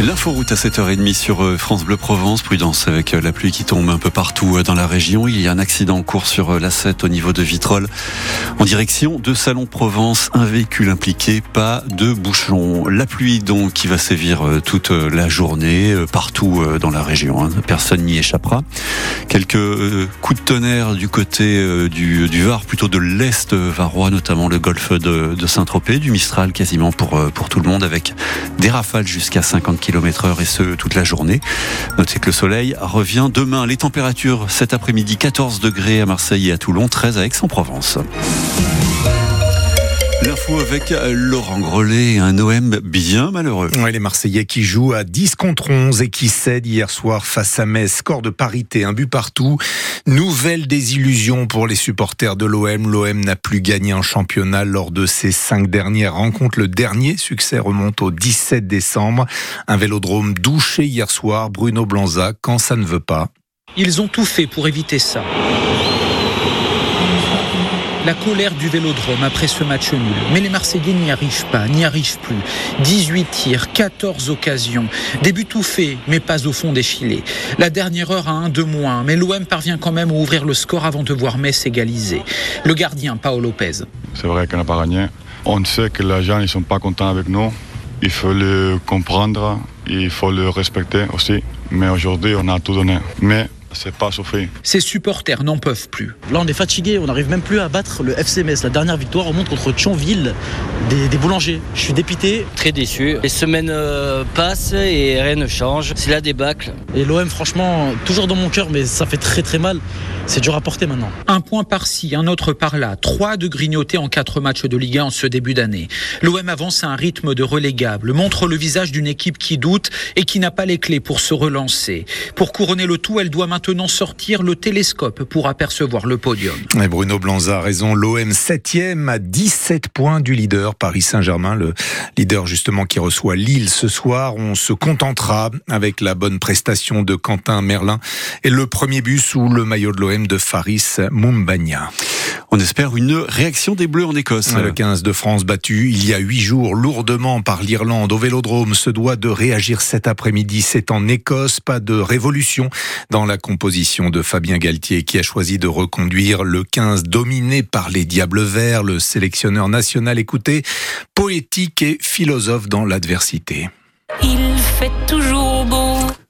L'inforoute à 7h30 sur France Bleu Provence. Prudence avec la pluie qui tombe un peu partout dans la région. Il y a un accident en cours sur l'A7 au niveau de Vitrolles en direction de Salon-Provence. Un véhicule impliqué, pas de bouchon. La pluie donc qui va sévir toute la journée partout dans la région. Personne n'y échappera. Quelques coups de tonnerre du côté du Var, plutôt de l'Est varois, notamment le golfe de Saint-Tropez, du Mistral quasiment pour tout le monde, avec des rafales jusqu'à 50 km/h et ce toute la journée. Notez que le soleil revient demain. Les températures cet après-midi, 14 degrés à Marseille et à Toulon, 13 à Aix-en-Provence. L'info avec Laurent Grellet, un OM bien malheureux. Oui, les Marseillais qui jouent à 10 contre 11 et qui cèdent hier soir face à Metz. Score de parité, un but partout. Nouvelle désillusion pour les supporters de l'OM. L'OM n'a plus gagné en championnat lors de ses 5 dernières rencontres. Le dernier succès remonte au 17 décembre. Un Vélodrome douché hier soir. Bruno Blanza, quand ça ne veut pas. Ils ont tout fait pour éviter ça. La colère du Vélodrome après ce match nul. Mais les Marseillais n'y arrivent pas, n'y arrivent plus. 18 tirs, 14 occasions. Des buts tout faits, mais pas au fond des filets. La dernière heure a un de moins, mais l'OM parvient quand même à ouvrir le score avant de voir Metz égaliser. Le gardien, Paolo Lopez. C'est vrai qu'on n'a pas gagné. On sait que les gens ne sont pas contents avec nous. Il faut le comprendre, il faut le respecter aussi. Mais aujourd'hui, on a tout donné. Mais c'est pas souffert. Ces supporters n'en peuvent plus. Là, on est fatigués, on n'arrive même plus à battre le FC Metz. La dernière victoire remonte contre Thionville, des boulangers. Je suis dépité. Très déçu. Les semaines passent et rien ne change. C'est la débâcle. Et l'OM, franchement, toujours dans mon cœur, mais ça fait très très mal. C'est dur à porter maintenant. Un point par-ci, un autre par-là. 3 de grignotés en 4 matchs de Ligue 1 en ce début d'année. L'OM avance à un rythme de relégable, montre le visage d'une équipe qui doute et qui n'a pas les clés pour se relancer. Pour couronner le tout, elle doit maintenant sortir le télescope pour apercevoir le podium. Et Bruno Blanza a raison. L'OM 7e à 17 points du leader Paris Saint-Germain. Le leader justement qui reçoit Lille ce soir. On se contentera avec la bonne prestation de Quentin Merlin et le premier but sous le maillot de l'OM de Faris Moumbagna. On espère une réaction des Bleus en Écosse. Le 15 de France battu il y a 8 jours lourdement par l'Irlande au Vélodrome se doit de réagir cet après-midi. C'est en Écosse, pas de révolution dans la composition de Fabien Galtier qui a choisi de reconduire le 15 dominé par les Diables Verts. Le sélectionneur national, écoutez, poétique et philosophe dans l'adversité. Il fait toujours beau.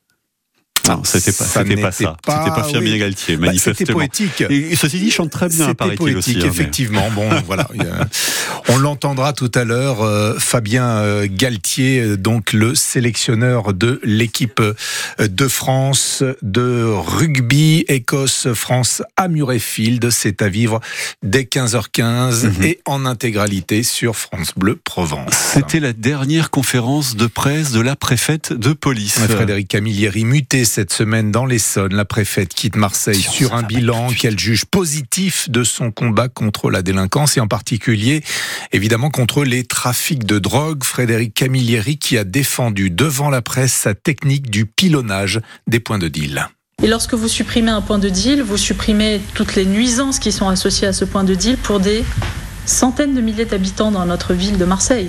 Non, c'était pas ça. C'était pas Fabien Galtier, manifestement. C'était poétique. Et ceci dit, il chante très bien, paraît-il aussi. C'était poétique, effectivement. Bon, voilà. On l'entendra tout à l'heure. Fabien Galtier, donc le sélectionneur de l'équipe de France de rugby Écosse-France à Murrayfield. C'est à vivre dès 15h15 et en intégralité sur France Bleu Provence. C'était la dernière conférence de presse de la préfète de police. Frédéric Camilleri, muté cette semaine dans l'Essonne. La préfète quitte Marseille sur un bilan qu'elle juge positif de son combat contre la délinquance et en particulier, évidemment, contre les trafics de drogue. Frédéric Camilleri qui a défendu devant la presse sa technique du pilonnage des points de deal. Et lorsque vous supprimez un point de deal, vous supprimez toutes les nuisances qui sont associées à ce point de deal pour des centaines de milliers d'habitants dans notre ville de Marseille.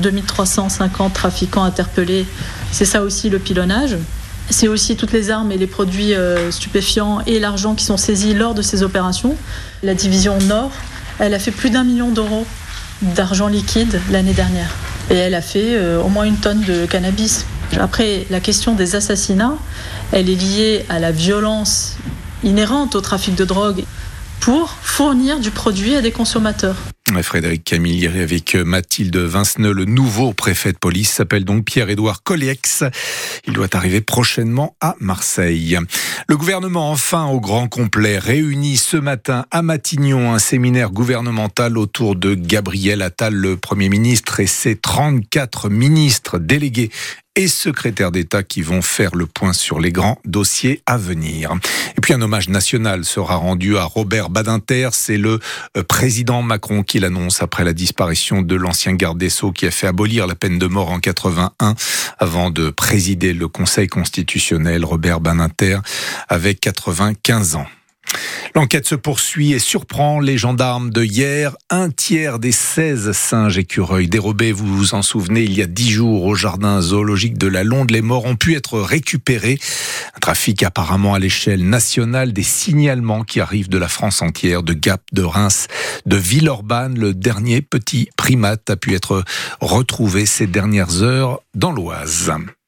2350 trafiquants interpellés, c'est ça aussi le pilonnage. C'est aussi toutes les armes et les produits stupéfiants et l'argent qui sont saisis lors de ces opérations. La division Nord, elle a fait plus d'1 million d'euros d'argent liquide l'année dernière. Et elle a fait au moins 1 tonne de cannabis. Après, la question des assassinats, elle est liée à la violence inhérente au trafic de drogue pour fournir du produit à des consommateurs. Frédéric Camilleri avec Mathilde Vinceneux, le nouveau préfet de police, s'appelle donc Pierre-Édouard Colliex. Il doit arriver prochainement à Marseille. Le gouvernement, enfin au grand complet, réunit ce matin à Matignon un séminaire gouvernemental autour de Gabriel Attal, le Premier ministre, et ses 34 ministres délégués et secrétaires d'État qui vont faire le point sur les grands dossiers à venir. Et puis un hommage national sera rendu à Robert Badinter. C'est le président Macron qui l'annonce après la disparition de l'ancien garde des Sceaux qui a fait abolir la peine de mort en 81 avant de présider le Conseil constitutionnel. Robert Badinter avait 95 ans. L'enquête se poursuit et surprend les gendarmes de hier. 1/3 des 16 singes écureuils dérobés, vous vous en souvenez, il y a 10 jours au jardin zoologique de la Londe, les morts ont pu être récupérés. Un trafic apparemment à l'échelle nationale, des signalements qui arrivent de la France entière, de Gap, de Reims, de Villeurbanne. Le dernier petit primate a pu être retrouvé ces dernières heures dans l'Oise.